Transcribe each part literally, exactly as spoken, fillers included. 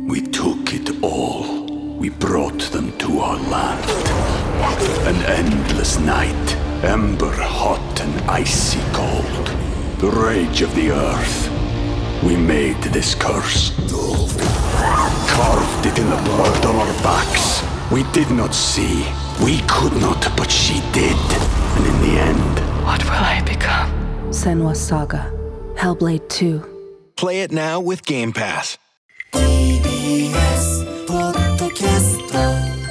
We took it all. We brought them to our land. An endless night, ember hot and icy cold. The rage of the earth. We made this curse. Carved it in the blood on our backs. We did not see. We could not, but she did. And in the end... What will I become? Senua's Saga. Hellblade two. Play it now with Game Pass. ティービーエス ポッドキャスト。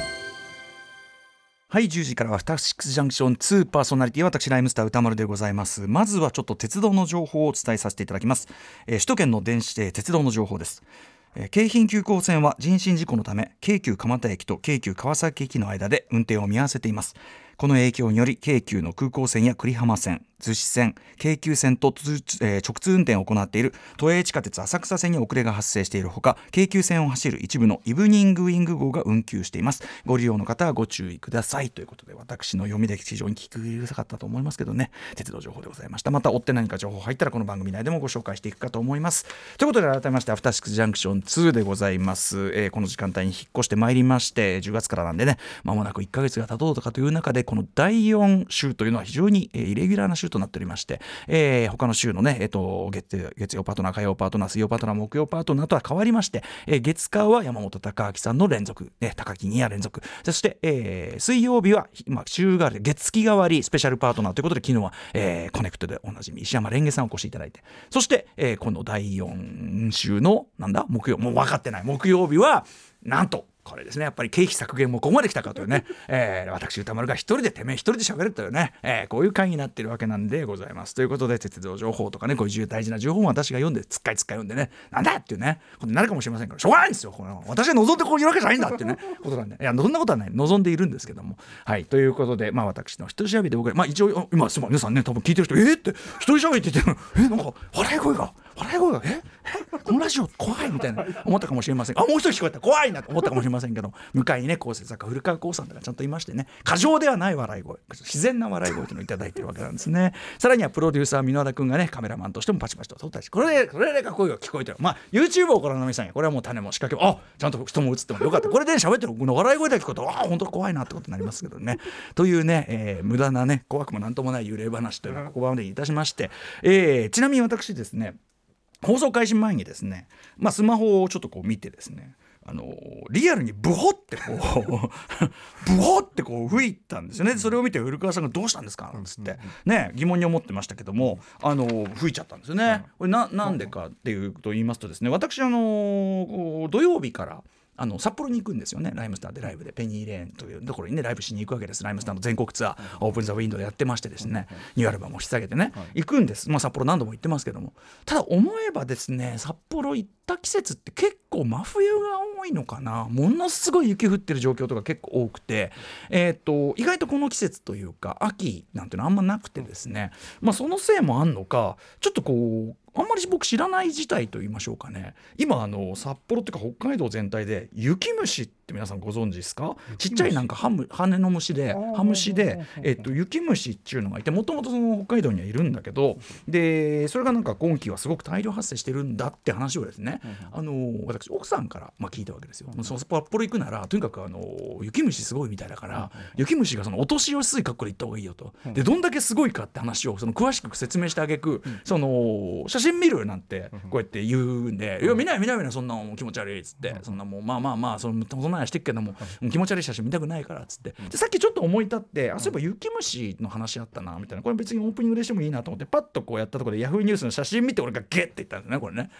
はい、じゅうじからはアフターシックスジャンクションツーパーソナリティは私ライムスター歌丸でございます。まずはちょっと鉄道の情報をお伝えさせていただきます。えー、首都圏の電子、えー、鉄道の情報です。京浜急行線は人身事故のため京急蒲田駅と京急川崎駅の間で運転を見合わせています。この影響により京急の空港線や久里浜線、逗子線、京急線と、えー、直通運転を行っている都営地下鉄浅草線に遅れが発生しているほか、京急線を走る一部のイブニングウィング号が運休しています。ご利用の方はご注意くださいということで、私の読みで非常に聞きうるさかったと思いますけどね、鉄道情報でございました。また追って何か情報入ったらこの番組内でもご紹介していくかと思います。ということで改めましてアフターシックスジャンクションツーでございます。えー、この時間帯に引っ越してまいりまして、じゅうがつからなんでね、間もなくいっかげつが経とうとかという中で、このだいよん週というのは非常に、えー、イレギュラーな週となっておりまして、えー、他の週のね、えー、と 月, 月曜パートナー、火曜パートナー、水曜パートナー、木曜パートナーとは変わりまして、えー、月火は山本貴明さんの連続、ね、高木にや連続、そして、えー、水曜日は、まあ、週替わり月木代わりスペシャルパートナーということで、昨日は、えー、コネクトでおなじみ石山レンゲさんをお越しいただいて、そして、えー、このだいよん週のなんだ木曜、もう分かってない木曜日はなんとこれですね、やっぱり経費削減もここまで来たかというね、えー、私歌丸が一人でてめえ一人で喋るというね、えー、こういう回になっているわけなんでございます。ということで、鉄道情報とかね、こういう大事な情報を私が読んでつっかいつっかい読んでね、なんだっていうねことになるかもしれませんから、しょうがないんですよ。この私が望んでこういうわけじゃないんだっていうねことなんで、いやそんなことはない、望んでいるんですけども、はい、ということで、まあ私の一人喋りで僕、まあ一応今すま皆さんね多分聞いてる人、えー、って一人喋りって言ってるの、えー、なんか笑い声が笑い声がええこのラジオ怖いみたいな思ったかもしれません。あ、もう一人聞こえた、怖いなと思ったかもしれませんけど、向かいにね構成作家古川光さんとかちゃんといましてね、過剰ではない笑い声、自然な笑い声というのをいただいているわけなんですね。さらにはプロデューサー箕輪田くんがねカメラマンとしてもパチパチと撮ったりして、これでこれでか声が聞こえてる、まあ YouTube をご覧の皆さんや、これはもう種も仕掛けも、あちゃんと人も映ってもよかった、これで喋ってるこの笑い声だけ聞こえたら、あ本当怖いなってことになりますけどねというね、えー、無駄なね怖くもなんともない幽霊話というのをここまでいたしまして、えー、ちなみに私ですね、放送開始前にですね、まあ、スマホをちょっとこう見てですね、あのリアルにブホってこうブホってこう吹いたんですよね。それを見て古川さんがどうしたんですかなんつってね疑問に思ってましたけども、あの吹いちゃったんですよね。これ な, なんでかっていうと言いますとですね、私あの土曜日からあの札幌に行くんですよね。ライムスターでライブでペニーレーンというところにねライブしに行くわけです。ライムスターの全国ツアー、オープンザウィンドウでやってましてですね、ニューアルバムを引っ提げてね行くんです。まあ札幌何度も行ってますけども、ただ思えばですね、札幌行った季節って結構真冬が多いのかな。ものすごい雪降ってる状況とか結構多くて、えー、と意外とこの季節というか秋なんてのあんまなくてですね、まあそのせいもあんのか、ちょっとこうあんまり僕知らない事態と言いましょうかね。今あの札幌っていうか北海道全体で雪虫って皆さんご存知ですか？ちっちゃいなんかハム羽の虫でハムシで、えっと、雪虫っていうのがいて、もともとその北海道にはいるんだけど、でそれがなんか今季はすごく大量発生してるんだって話をですね、あの私奥さんからまあ聞いたわけですよ。その札幌行くならとにかくあの雪虫すごいみたいだから、雪虫がそのお年寄りすい格好で行った方がいいよと。でどんだけすごいかって話をその詳しく説明してあげく、その写真見るなんてこうやって言うんで、いや見ない見ない見ない、そんな気持ち悪いっつって、そんなもうまあまあまあそんなしてっけども気持ち悪い写真見たくないからっつって、でさっきちょっと思い立って、あそういえば雪虫の話あったなみたいな、これ別にオープニングでしてもいいなと思ってパッとこうやったところでヤフーニュースの写真見て、俺がゲッって言ったんですね、これね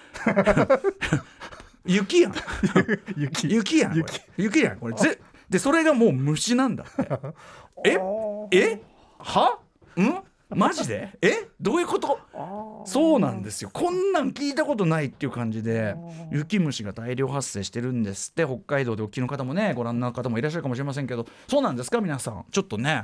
雪やん雪, 雪やんこれ雪やんこれぜでそれがもう虫なんだってええはんマジでえどういうこと？そうなんですよ。こんなん聞いたことないっていう感じで雪虫が大量発生してるんですって。北海道でお聞きの方もねご覧の方もいらっしゃるかもしれませんけど、そうなんですか皆さん。ちょっとね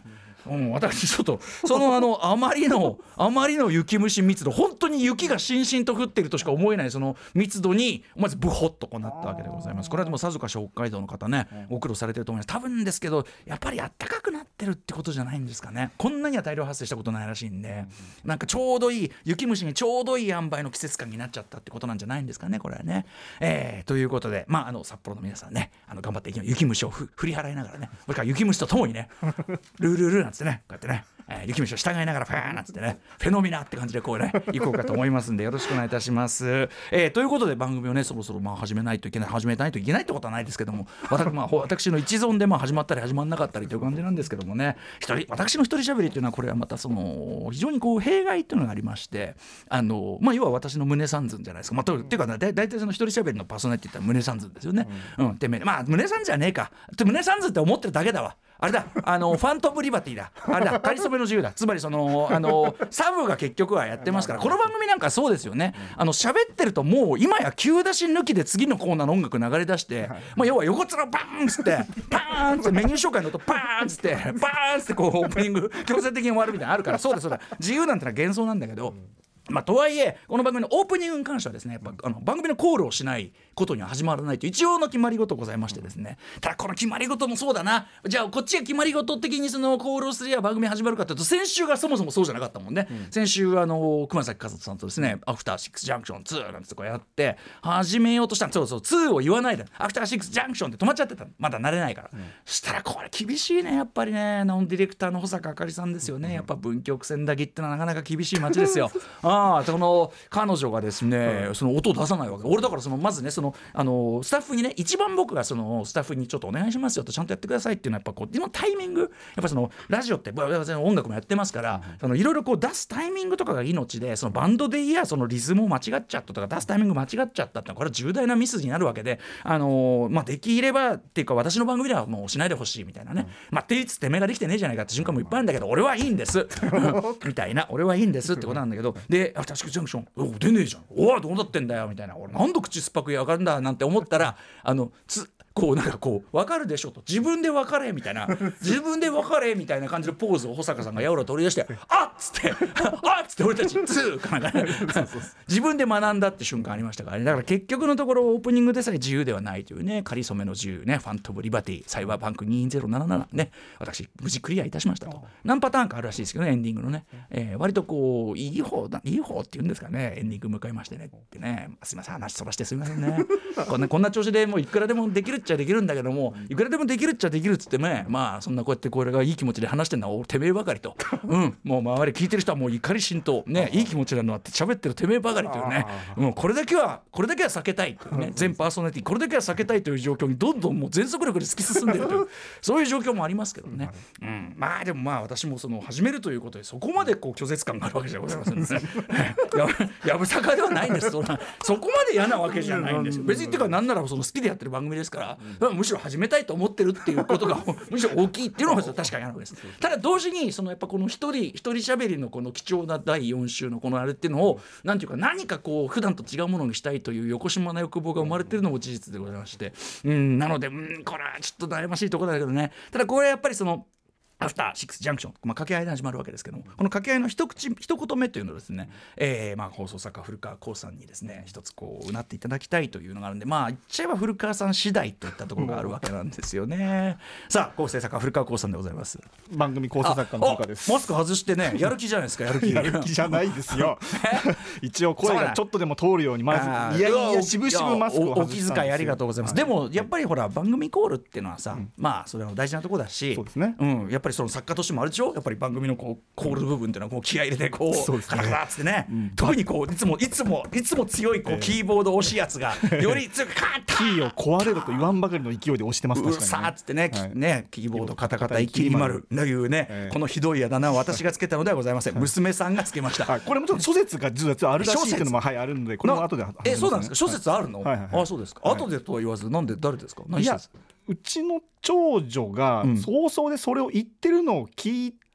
うん、私ちょっとそのあのあまりのあまりの雪虫密度、本当に雪がしんしんと降っているとしか思えないその密度にまずブホッとこうなったわけでございます。これはでもさぞかし北海道の方ね、ご苦労されてると思います。多分ですけどやっぱり暖かくなってるってことじゃないんですかね。こんなには大量発生したことないらしいんで、なんかちょうどいい雪虫にちょうどいい塩梅の季節感になっちゃったってことなんじゃないんですかね、これはね。えー、ということで、まあ、あの札幌の皆さんね、あの頑張っていきましょう。雪虫をふ振り払いながらね、これから雪虫とともにねルールールーなんつってね、こうやってね、えー、雪虫を従いながらファーなんつってね、フェノミナって感じでこうね行こうかと思いますんでよろしくお願いいたします。えー、ということで番組をねそろそろまあ始めないといけない始めないといけないってことはないですけども、私、まあ、私の一存でまあ始まったり始まんなかったりという感じなんですけどもね、一人私の一人喋りっていうのはこれはまたその非常にこう弊害っていうのがありまして、あの、まあ、要は私の胸三寸じゃないですか、まあ、とっていうかだだいたいその一人喋りのパーソナリティって言ったら胸三寸ですよね。うん、うん、てめえまあ胸三寸じゃねえかって胸三寸って思ってるだけだわ。あれだ、あのファントムリバティだ、あれだ、かりそめの自由だ。つまりそのあのサブが結局はやってますから、この番組なんかそうですよね。あの喋ってるともう今や急出し抜きで次のコーナーの音楽流れ出して、まあ、要は横っ面バーンっつってパーンっつってメニュー紹介の音パーンっつってバーンっつってこうオープニング強制的に終わるみたいなのあるから、そうだそうだ、自由なんてのは幻想なんだけど、まあ、とはいえこの番組のオープニングに関してはですね、やっぱあの番組のコールをしないことには始まらないという一応の決まり事ございましてですね、ただこの決まり事もそうだな、じゃあこっちが決まり事的にそのコールをすれば番組始まるかというと、先週がそもそもそうじゃなかったもんね、うん、先週あの熊崎和人さんとですねアフターシックスジャンクションツーなんてこうやって始めようとしたら、そうそうツーを言わないでアフターシックスジャンクションって止まっちゃってた、まだ慣れないから、うん、そしたらこれ厳しいね、やっぱりね、ノンディレクターの保坂あかりさんですよね。やっぱ文京区千駄木ってのはなかなか厳しい街ですよああ、その彼女がですね、うん、その音を出さないわけ。俺だからそのまずね、そのあのスタッフにね、一番僕がそのスタッフにちょっとお願いしますよと、ちゃんとやってくださいっていうのはやっぱこう今タイミング、やっぱそのラジオって音楽もやってますから、そのいろいろこう出すタイミングとかが命で、そのバンドでいやそのリズムを間違っちゃったとか出すタイミング間違っちゃったってのはこれは重大なミスになるわけで、あのまあできればっていうか私の番組ではもうしないでほしいみたいなね、うん、まあって言いつつてめえができてねえじゃないかって瞬間もいっぱいあるんだけど、俺はいいんですみたいな、俺はいいんですってことなんだけど、でアフターシックスジャンクションお出ねえじゃん、おいどうなってんだよみたいな、俺なんで口酸っぱくやがるんだなんて思ったら、あのつこうなんかこう分かるでしょと、自分で分かれみたいな自分で分かれみたいな感じのポーズを保坂さんがやおら取り出してあっつってあっつって俺たちツーかなんか自分で学んだって瞬間ありましたからね。だから結局のところオープニングでさえ自由ではないというね、かりそめの自由ね、ファントムリバティサイバーパンクにせんななじゅうななね、私無事クリアいたしましたと。何パターンかあるらしいですけどね、エンディングのね、えー、割とこういい方だいい方っていうんですかね、エンディング迎えましてねってね、すいません話そらしてすいませんねこんなこんな調子でもういくらでもできるっちゃできるんだけども、いくらでもできるっちゃできるっつってね、まあそんなこうやってこれがいい気持ちで話してるのはてめえばかりとうんもう周り聞いてる人はもう怒り心頭ね、いい気持ちなのはって喋ってるてめえばかりというね、もうこれだけはこれだけは避けたいというね、全パーソナリティこれだけは避けたいという状況にどんどんもう全速力で突き進んでるというそういう状況もありますけどね、うん、まあでもまあ私もその始めるということでそこまでこう拒絶感があるわけじゃございませんですねやぶさかではないんです。そんなそこまで嫌なわけじゃないんですよ別に。っていうかなんならその好きでやってる番組ですから、むしろ始めたいと思ってるっていうことがむしろ大きいっていうのが確かにあるわけです。ただ同時にそのやっぱこの一人一人喋りのこの貴重なだいよん週のこのあれっていうのをなんていうか何かこう普段と違うものにしたいという横島な欲望が生まれてるのも事実でございまして、うんなのでうんこれはちょっと悩ましいところだけどね。ただこれはやっぱりそのアフターシックスジャンクション、まあ、掛け合いで始まるわけですけども、この掛け合いの一口一言目というのをですね、えーまあ、放送作家古川光さんにですね一つこううなっていただきたいというのがあるんで、まあ言っちゃえば古川さん次第といったところがあるわけなんですよねさあ構成作家古川光さんでございます。 番組構成作家の古川です。 マスク外してねやる気じゃないですか。やる気やる気じゃないですよ一応声がちょっとでも通るようにまずいやいやしぶしぶマスクを外したんですよ。 お気遣いありがとうございます、はい、でもやっぱりほら番組コールっていうのはさ、うん、まあそれは大事なところだし、 そうですね、 うん、やっぱりその作家としてもあるでしょ、やっぱり番組のこうコール部分っていうのはこう気合い入れてこうそうですね、 カラカラっつってね、うん、特にこういつもいつもいつも強いこうキーボード押しやつがより強くカッタキーを壊れると言わんばかりの勢いで押してます。 うさーっつってね、はい、ねキーボードカタカタ一気に丸というね、えー、このひどいあだ名を私がつけたのではございません、はい、娘さんがつけました、 はい、これもちょっと諸説が実はあるらしいっていうのも、はい、あるのでこれも後で話します、ね、 えそうなんですか、諸説あるの、 はいはいはい、 あそうですか、はい、後でとは言わずなんで誰ですか、何いやうちの長女が早々でそれを言ってるのを聞いて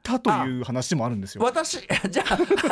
たという話もあるんですよ。 私じゃ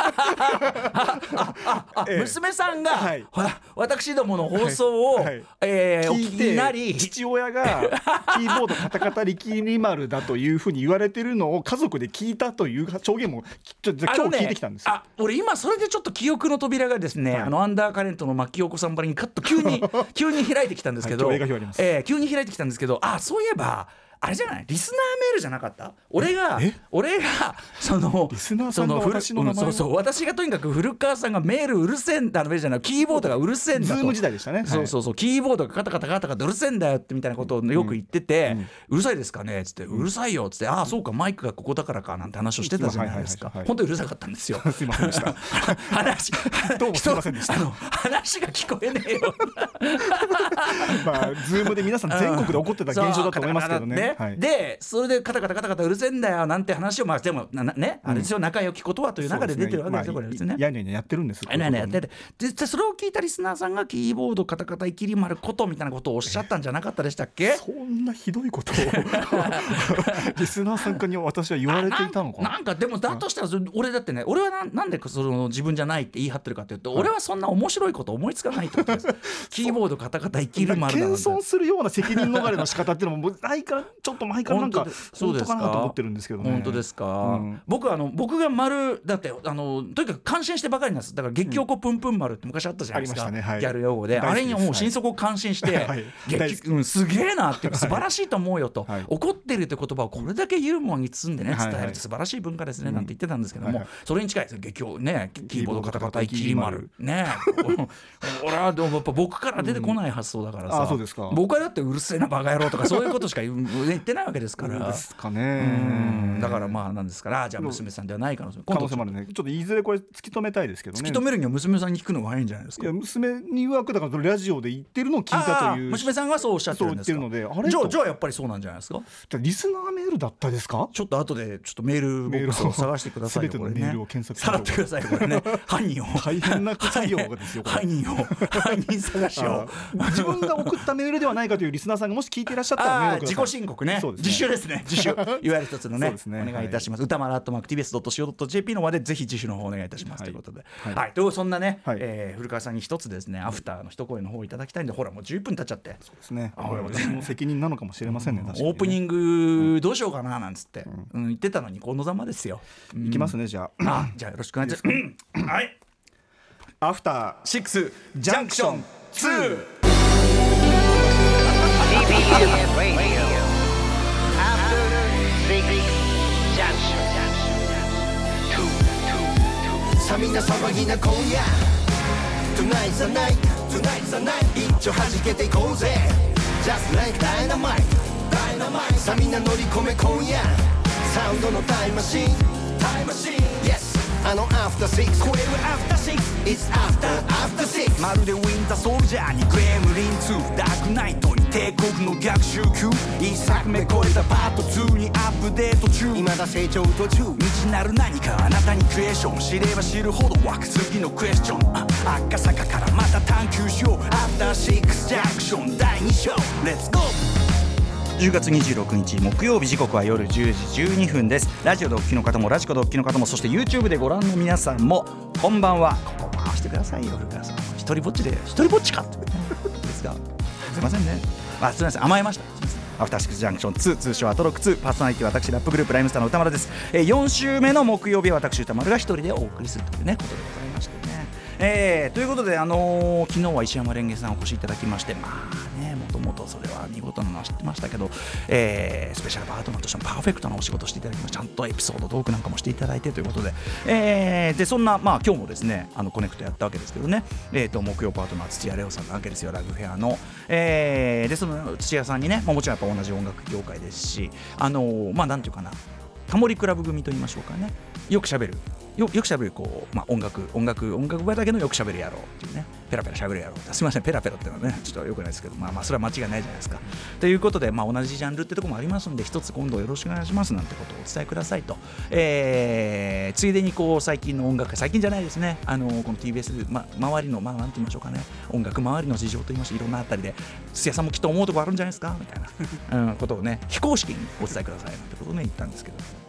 あええ、娘さんが、はい、私どもの放送を、はいはい、えー、聞いてなり父親がキーボードカタカタ力丸だというふうに言われてるのを家族で聞いたという証言もちょ今日聞いてきたんですよ。 あ、俺今それでちょっと記憶の扉がですね、はい、あのアンダーカレントの牧陽子さんばりにカッと急に急に開いてきたんですけど、はい、えー、急に開いてきたんですけど、あ、そういえばあれじゃない、リスナーメールじゃなかった？俺が俺がそのリスナーさんが私の名前を、 うん、そうそう、私がとにかく古川さんがメールうるせえんだのメールじゃない、キーボードがうるせえんだと、 ズーム時代でしたね、はい、 そうそうそう、キーボードがカタカタカタカタうるせえんだよってみたいなことをよく言ってて、うんうん、うるさいですかねっつって、うるさいよっつって、ああそうかマイクがここだからかなんて話をしてたじゃないですか。本当にうるさかったんですよ。 すいませんでした。 話どうもすいませんでした。 あの話が聞こえねえよ。 まあズームで皆さん全国で起こってた現象だと思いますけどね。 はい、でそれでカタカタカタカタうるせえんだよなんて話を、まあでもなね、あれですよ、仲良き言葉という中で出てるわけですよ、これですね。 やにゃにゃやってるんです。 やにゃにゃやってて、でそれを聞いたリスナーさんがキーボードカタカタいきり丸ことみたいなことをおっしゃったんじゃなかったでしたっけ？ そんなひどいことをリスナーさんに私は言われていたのかな。 なんかでもだとしたら俺だってね、俺は な, なんでその自分じゃないって言い張ってるかというと、はい、俺はそんな面白いこと思いつかないってことです。キーボードカタカタいきり丸なんて謙遜するような責任逃れの仕方っていうのもないから、ちょっと前からなんかそうですかなと思ってるんですけどね。 本当ですか、うん、僕はあの僕が丸だってあのとにかく感心してばかりなんです。だから激おこぷんぷん丸って昔あったじゃないですか、うんね、はい、ギャル用語で、あれにもう心底感心して、はい、激うん、すげえなって素晴らしいと思うよと、はい、怒ってるって言葉をこれだけユーモアに包んでね伝えるって素晴らしい文化ですねなんて言ってたんですけども、うんはいはい、それに近いですよ。激おね、キーボードカタカタいきり丸ね俺はでもやっぱ僕から出てこない発想だからさ、うん、あ、そうですか。僕はだってうるせえなバカ野郎とかそういうことしか言ってないわけですから。 ですかね。 だからまあなんですから、じゃあ娘さんではない可能性、 可能性もあるね。ちょっといずれこれ突き止めたいですけどね。 突き止めるには娘さんに聞くのが早いんじゃないですか。 いや、娘に曰くだからラジオで言ってるのを聞いたという、 娘さんがそうおっしゃってるんですか。 そう言ってるので、あれじゃあじゃあやっぱりそうなんじゃないですか。 リスナーメールだったですか。 ちょっと後でちょっとメールボックスを探してくださいよ。 全てのメールを検索さらってくださいよこれね。犯人を大変な作業がですよ。 犯人を犯人探しを自分が送ったメールではないかというリスナーさんがもし聞いていらっしゃったらメールをください。 自己申告ね。自首ですね。自首いわゆる一つのねお願いいたします。歌丸アットマーク ティービーエスドットシーオードットジェーピー のまでぜひ自首の方お願いいたしますということで、はい、というそんなね、え古川さんに一つですねアフターの一声の方をいただきたいんで、ほらもうじゅっぷん経っちゃって。 そうですね。これは私の責任なのかもしれませんね。 オープニングどうしようかななんつって言ってたのにこのざまですよ。 いきますね、じゃあ。 あ、じゃあよろしくお願いします。はい。 アフターシックスジャンクションツー ティービーエス Radio After Six Junction さみな騒ぎな今夜 Tonight's the night Tonight's the night 一丁弾けていこうぜ Just like dynamite Dynamite さみな乗り込め今夜サウンドのタイムマシンタイムマシン Yesあの After Six 超える After Six It's After After Six まるでウィンターソルジャーにグレムリンツーダークナイトに帝国の逆襲級一作目超えたパートツーにアップデート中未だ成長途中未知なる何かあなたにクエスチョン知れば知るほど湧く次のクエスチョン赤坂からまた探求しよう After Six Junction だいに章 Let's go じゅうがつにじゅうろくにち木曜日、時刻は夜じゅうじじゅうにふんです。ラジオでお聞きの方もラジコでお聞きの方も、そして YouTube でご覧の皆さんもこんばんは。ここ回してくださいよ。一人ぼっちで一人ぼっちかってですか。すいませんね。あ、すみません、甘えました。アフターシックスジャンクションツー、通称アトロックツー、パーソナリティは私ラップグループライムスターの歌丸です。えー、よん週目の木曜日は私歌丸が一人でお送りするというねことでございましてね。えー、ということで、あのー、昨日は石山レンゲさんお越しいただきまして、まあね、もともとそれは見事なのは知ってましたけど、えー、スペシャルパートナーとしてもパーフェクトなお仕事をしていただきまして、ちゃんとエピソードトークなんかもしていただいてということで、えー、でそんな、まあ、今日もですねあのコネクトやったわけですけどね、えー、と木曜パートナー土屋レオさんなわけですよ、ラグフェアの、えー、でその土屋さんにね、まあ、もちろんやっぱ同じ音楽業界ですし、あのー、まあなんていうかな、タモリクラブ組と言いましょうかね、よくしゃべるよ, よくしゃべるこう、まあ、音楽音楽音楽場だけのよくしゃべる野郎っていうね、ペラペラしゃべる野郎、すみませんペラペラっていうのはねちょっとよくないですけど、まあまあそれは間違いないじゃないですか。ということで、まあ、同じジャンルってところもありますんで、一つ今度よろしくお願いしますなんてことをお伝えくださいと、えー、ついでにこう最近の音楽、最近じゃないですね、あのこの ティービーエス、ま、周りの、まあ、なんて言いましょうかね、音楽周りの事情と言いまして、いろんなあたりで土屋さんもきっと思うところあるんじゃないですかみたいな、うん、ことをね非公式にお伝えくださいなんてことをね言ったんですけど、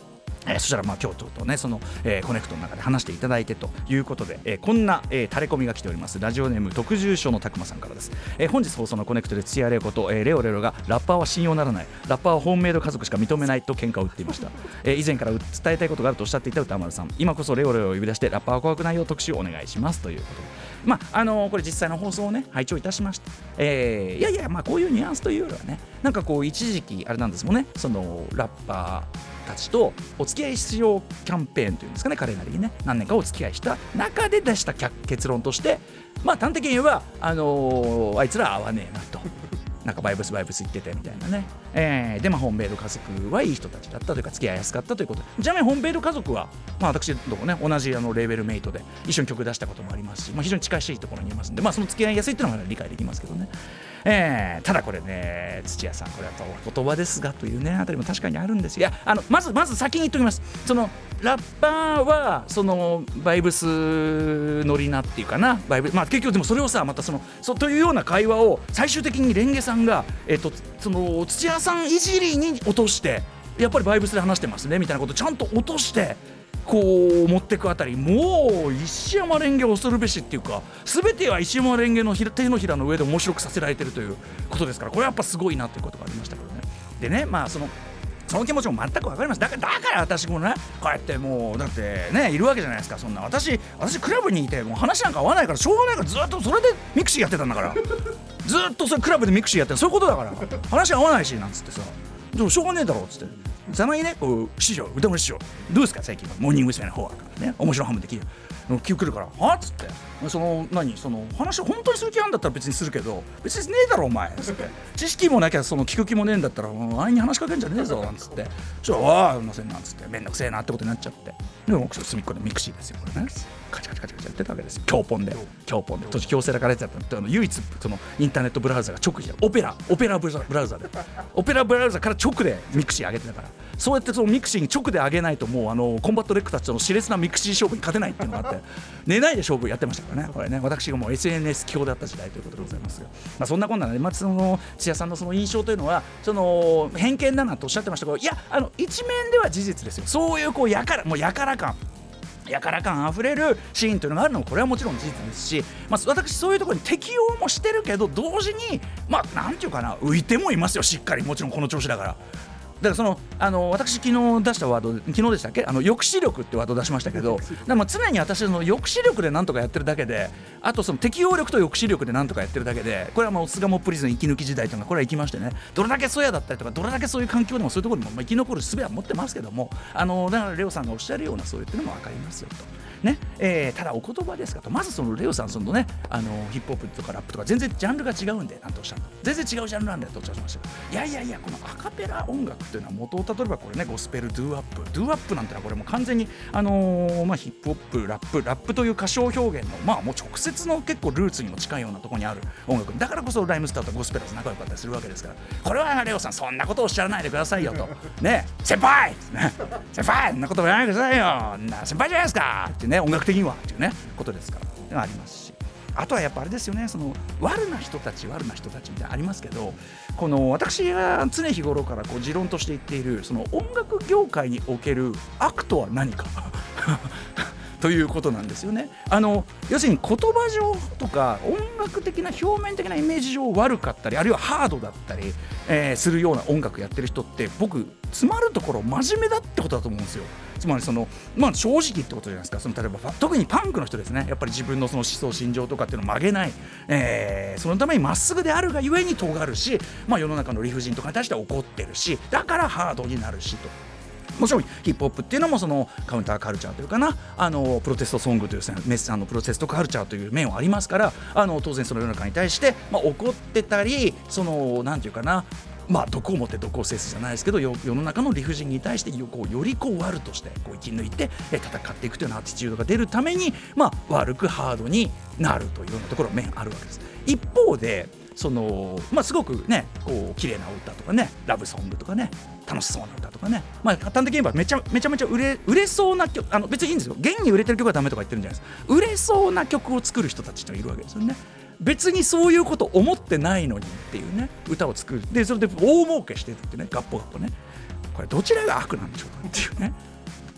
えー、そしたらまあ今日ちょっとねその、えー、コネクトの中で話していただいてということで、えー、こんな、えー、タレコミが来ております。ラジオネーム特住所のたくまさんからです。えー、本日放送のコネクトで土屋レオこと、えー、レオレオがラッパーは信用ならない、ラッパーはホームメイド家族しか認めないと喧嘩を打っていました。えー、以前から伝えたいことがあるとおっしゃっていた歌丸さん、今こそレオレオを呼び出してラッパーは怖くないよ特集をお願いしますということで、まああのー、これ実際の放送をね拝聴いたしました。えー、いやいやまあこういうニュアンスというよりはね、なんかこう一時期あれなんですもんね、そのラッパーたちとお付き合いしようキャンペーンというんですかね、彼なりにね何年かお付き合いした中で出した結論として、まあ端的に言えばあのー、あいつら合わねえなとなんかバイブスバイブス言っててみたいなね、えー、でまあホームベイド家族はいい人たちだったというか付き合いやすかったということで、ちなみにホームベイド家族は、まあ、私どもね同じあのレーベルメイトで一緒に曲出したこともありますし、まあ、非常に近しいところにいますんで、まあ、その付き合いやすいっていうのは理解できますけどね、えー、ただこれね土屋さんこれはお言葉ですがというねあたりも確かにあるんですよ。いやあのまずまず先に言っておきます。そのラッパーはそのバイブス乗りなっていうかなバイブ、まあ、結局でもそれをさまたそのそというような会話を最終的にレンゲさんが、えー、とその土屋さんいじりに落としてやっぱりバイブスで話してますねみたいなことをちゃんと落としてこう持っていくあたり、もう石山レンゲ恐るべしっていうか、全ては石山レンゲの手のひらの上で面白くさせられてるということですから、これはやっぱすごいなということがありましたけどね。でねまあそのその気持ちも全く分かります。だからだから私もねこうやってもうだってねいるわけじゃないですか。そんな私私クラブにいてもう話なんか合わないからしょうがないからずっとそれでミクシーやってたんだからずっとそれクラブでミクシーやってるそういうことだから話合わないしなんつってさ、でもしょうがねえだろっつってたまにねこう師匠歌丸師匠どうですか最近はモーニング娘。の方はね面白半分できる気来るからはっつってその何その話を本当にする気なんだったら別にするけど別にねえだろお前つって知識もなきゃその聞く気もねえんだったらあいに話しかけんじゃねえぞなんつってそしたらわあすいませんなんつってめんどくせえなってことになっちゃってでも隅っこでミクシーですよこれねカチカチカチカチやってたわけですよ。強ポンで強ポンで当時強制らかれてた唯一そのインターネットブラウザが直でオペラオペラブラウザでオペラブラウザから直でミクシー上げてたから、そうやってそのミクシーに直で上げないともうあのコンバットレックたちとの熾烈なミクシー勝負に勝てないっていうのがあって寝ないで勝負やってましたからねこれね私がもう エスエヌエス 強だった時代ということでございますが、まあ、そんなこんなで、ね、まあ、その土屋さんのその印象というのはその偏見だなとおっしゃってましたけど、いやあの一面では事実ですよ。そういうこうやからもうやから感やから感あふれるシーンというのがあるのもこれはもちろん事実ですし、まあ、私そういうところに適応もしてるけど同時にまあなんていうかな浮いてもいますよしっかりもちろんこの調子だから。だからそのあの私昨日出したワード昨日でしたっけあの抑止力ってワードを出しましたけどでも常に私の抑止力でなんとかやってるだけであとその適応力と抑止力でなんとかやってるだけでこれはもう巣鴨プリズン息抜き時代というのがこれは生きましてねどれだけそやだったりとかどれだけそういう環境でもそういうところにもまあ生き残る術は持ってますけどもあのだからレオさんがおっしゃるようなそういうっていうのも分かりますよと。ねえー、ただお言葉ですがとまずそのレオさんそのねあのヒップホップとかラップとか全然ジャンルが違うんでなんとおっしゃる全然違うジャンルなんだよとおっしゃいましたいやいやいやこのアカペラ音楽というのは元をたどればこれねゴスペルドゥアップドゥアップなんてのはこれもう完全にあのー、まあヒップホップラップラップという歌唱表現のまあもう直接の結構ルーツにも近いようなところにある音楽だからこそライムスターとゴスペラーズ仲良かったりするわけですからこれはレオさんそんなことをおっしゃらないでくださいよとね先輩先輩そんなこと言わないでくださいよな先輩じゃないですかってね音楽的にはっていうねことですからありますしあとはやっぱあれですよねその悪な人たち悪な人たちみたいなありますけどこの私が常日頃からこう持論として言っているその音楽業界における悪とは何かということなんですよね。あの要するに言葉上とか音楽的な表面的なイメージ上悪かったりあるいはハードだったり、えー、するような音楽やってる人って僕詰まるところ真面目だってことだと思うんですよ。つまりその、まあ、正直ってことじゃないですか。その例えば特にパンクの人ですねやっぱり自分のその思想心情とかっていうのを曲げない、えー、そのためにまっすぐであるがゆえに尖るし、まあ、世の中の理不尽とかに対しては怒ってるしだからハードになるしと。もちろんヒップホップっていうのもそのカウンターカルチャーというかなあのプロテストソングというですねメッあのプロテストカルチャーという面はありますからあの当然その世の中に対して、まあ、怒ってたりそのなんていうかなまあ毒を持って毒を制すじゃないですけど世の中の理不尽に対してこうよりこう悪としてこう生き抜いて戦っていくというようなアティチュードが出るために、まあ、悪くハードになるというようなところ面あるわけです。一方でその、まあ、すごくねこう綺麗な歌とかねラブソングとかね楽しそうな歌とかね、まあ、簡単的に言えばめちゃめちゃめちゃ売れ売れそうな曲あの別にいいんですよ現に売れてる曲はダメとか言ってるんじゃないですか。売れそうな曲を作る人たちといるわけですよね。別にそういうこと思ってないのにっていうね歌を作るでそれで大儲けしてるってねガッポガッポねこれどちらが悪なんでしょうかっていうね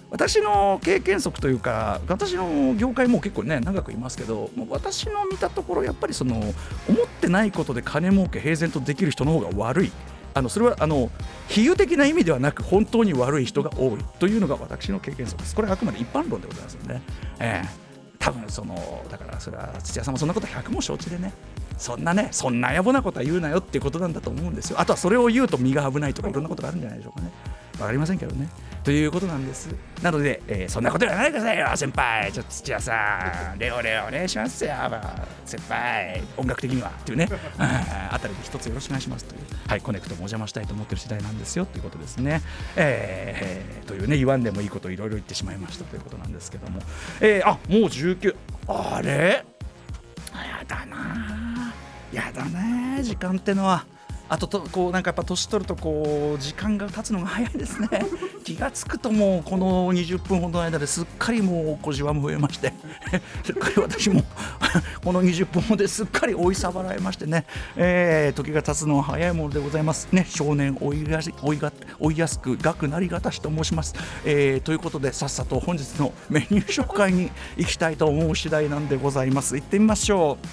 私の経験則というか私の業界も結構ね長くいますけど、私の見たところやっぱりその思ってないことで金儲け平然とできる人の方が悪い、あのそれはあの比喩的な意味ではなく本当に悪い人が多いというのが私の経験則です。これはあくまで一般論でございますので、ねえー多分そのだからそれは土屋さんもそんなことひゃくも承知でね、そんなねそんな野暮なことは言うなよっていうことなんだと思うんですよ。あとはそれを言うと身が危ないとかいろんなことがあるんじゃないでしょうかね。わかりませんけどねということなんです。なので、えー、そんなこと言わないでくださいよ先輩、ちょっと土屋さんレオレオお願いしますよ先輩、音楽的にはっていうねあたりで一つよろしくお願いしますという、はい、コネクトもお邪魔したいと思ってる次第なんですよということですね、えー、というね言わんでもいいことをいろいろ言ってしまいましたということなんですけども、えー、あもうじゅうきゅう、あれやだなやだね時間ってのは。あととこうなんかやっぱ年取るとこう時間が経つのが早いですね気がつくともうこのにじゅっぷんほどの間ですっかりもう小じわも増えましてすっかり私もこのにじゅっぷんほどですっかり追いさばられましてね、えー、時が経つのは早いものでございますね。少年追いやし追いが追いやすく学なりがたしと申します、えー、ということでさっさと本日のメニュー紹介に行きたいと思う次第なんでございます。行ってみましょう。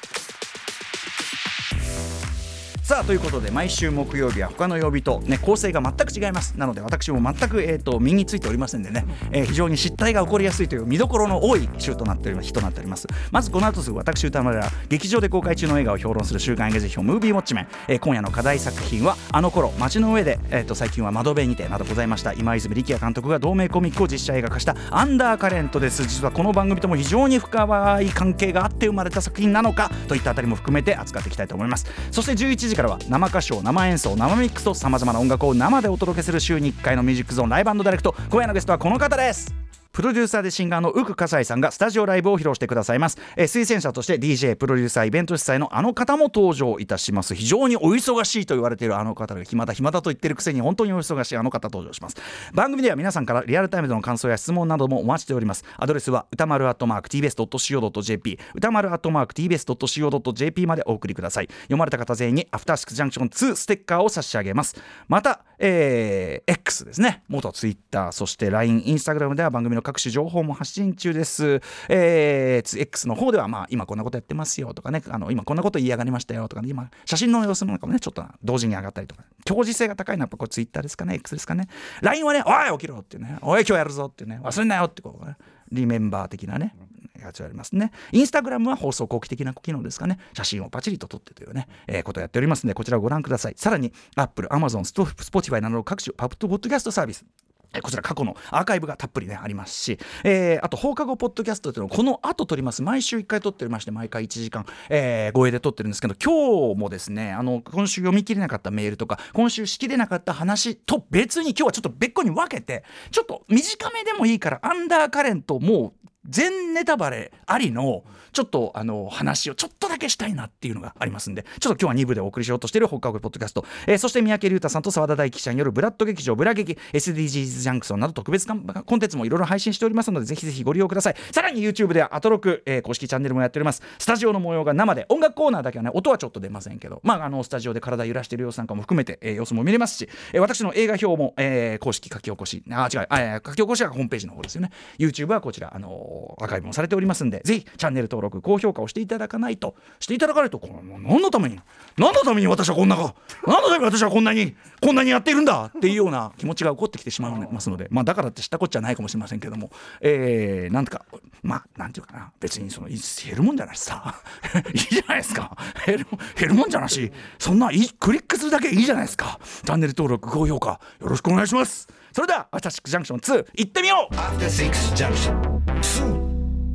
さあということで毎週木曜日は他の曜日と、ね、構成が全く違います。なので私も全く、えー、と身についておりませんでね、えー、非常に失態が起こりやすいという見どころの多い週となっております日となっております。まずこの後すぐ私歌丸ら劇場で公開中の映画を評論する週刊映画辞表ムービーウォッチメン、えー、今夜の課題作品はあの頃街の上で、えー、と最近は窓辺にてなどございました今泉力也監督が同名コミックを実写映画化したアンダーカレントです。実はこの番組とも非常に深い関係があって生まれた作品なのかといったあたりも含めて扱っていきたいと思います。そしてじゅういちじからは生歌唱生演奏生ミックスとさまざまな音楽を生でお届けする週にいっかいのミュージックゾーンライブ&ダイレクト。今夜のゲストはこの方です。プロデューサーでシンガーの宇久笠井さんがスタジオライブを披露してくださいます。えー、推薦者として ディージェー プロデューサーイベント主催のあの方も登場いたします。非常にお忙しいと言われているあの方が暇だ暇だと言ってるくせに本当にお忙しいあの方登場します。番組では皆さんからリアルタイムでの感想や質問などもお待ちしております。アドレスは歌丸アットマーク ティービーエスドットシーオードットジェーピー 歌丸アットマーク ティービーエスドットシーオードットジェーピー までお送りください。読まれた方全員にアフターシックスジャンクションツーステッカーを差し上げます。また、えー、X ですね、元 Twitter そして ライン、インスタグラムでは番組の各種情報も発信中です。えー、X の方では、まあ、今こんなことやってますよとかね、あの今こんなこと言い上がりましたよとかね、今写真の様子なんかもねちょっと同時に上がったりとか、表示性が高いのはやっぱこれ Twitter ですかね、 X ですかね。 ライン はね、おい起きろっていうね、おい今日やるぞっていうね、忘れんなよってこう、ね、リメンバー的なねやつありますね。インスタグラムは放送後期的な機能ですかね、写真をパチリと撮ってというね、えー、ことをやっておりますのでこちらをご覧ください。さらに Apple、Amazon、Spotify などの各種パブとポッドキャストサービス、こちら過去のアーカイブがたっぷりねありますし、えー、あと放課後ポッドキャストというのをこの後撮ります。毎週いっかい撮っておりまして毎回いちじかん、えー、超えで撮ってるんですけど、今日もですね、あの今週読み切れなかったメールとか今週しきれなかった話と別に今日はちょっと別個に分けてちょっと短めでもいいからアンダーカレントもう全ネタバレありのちょっとあの話をちょっとだけしたいなっていうのがありますんで、ちょっと今日はに部でお送りしようとしている放課後ポッドキャスト、えー、そして三宅龍太さんと澤田大樹記者によるブラッド劇場ブラ劇 エスディージーズ ジャンクションなど特別コンテンツもいろいろ配信しておりますのでぜひぜひご利用ください。さらに YouTube ではアトロク、えー、公式チャンネルもやっております。スタジオの模様が生で、音楽コーナーだけはね音はちょっと出ませんけど、まああのスタジオで体揺らしている様子なんかも含めて、えー、様子も見れますし、えー、私の映画表も、えー、公式書き起こしあ違う、えー、書き起こしはホームページの方ですよね。 YouTube はこちら、あのー、アーカイブもされておりますんでぜひチャンネル登録高評価をしていただかないとしていただかないとこの何のために何のために私はこんなか何のために私はこんなにこんなにやっているんだっていうような気持ちが起こってきてしまいますので、まあだからって知ったこっちゃないかもしれませんけども、えー、なんとかまあなんていうかな、別にその減るもんじゃないしさいいじゃないですか、減る減るもんじゃなし、そんないいクリックするだけいいじゃないですか。チャンネル登録高評価よろしくお願いします。それではアフターシックスジャンクションツー行ってみよう。 アフターシックスジャンクションツー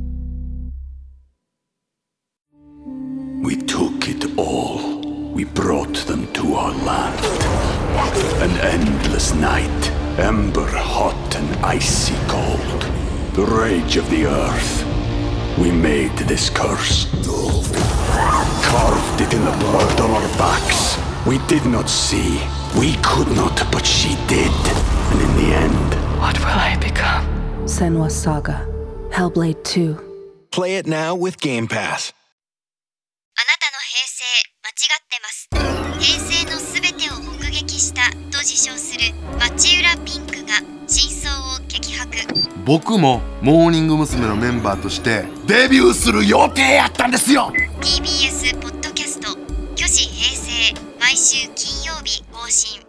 We took it all. We brought them to our land. An endless night, ember hot and icy cold. The rage of the earth. We made this curse. Carved it in the blood on our backs. We did not see. We could not, but she did. And in the end, What will I become? Senua Saga. Hellblade two. Play it now with Game Pass. あなたの平成間違ってます。平成のすべてを目撃したと自称する町浦ピンクが真相を激白。 僕もモーニング娘。のメンバーとしてデビューする予定やったんですよ。 ティービーエス ポッドキャスト「虚子平成」毎週金曜日更新。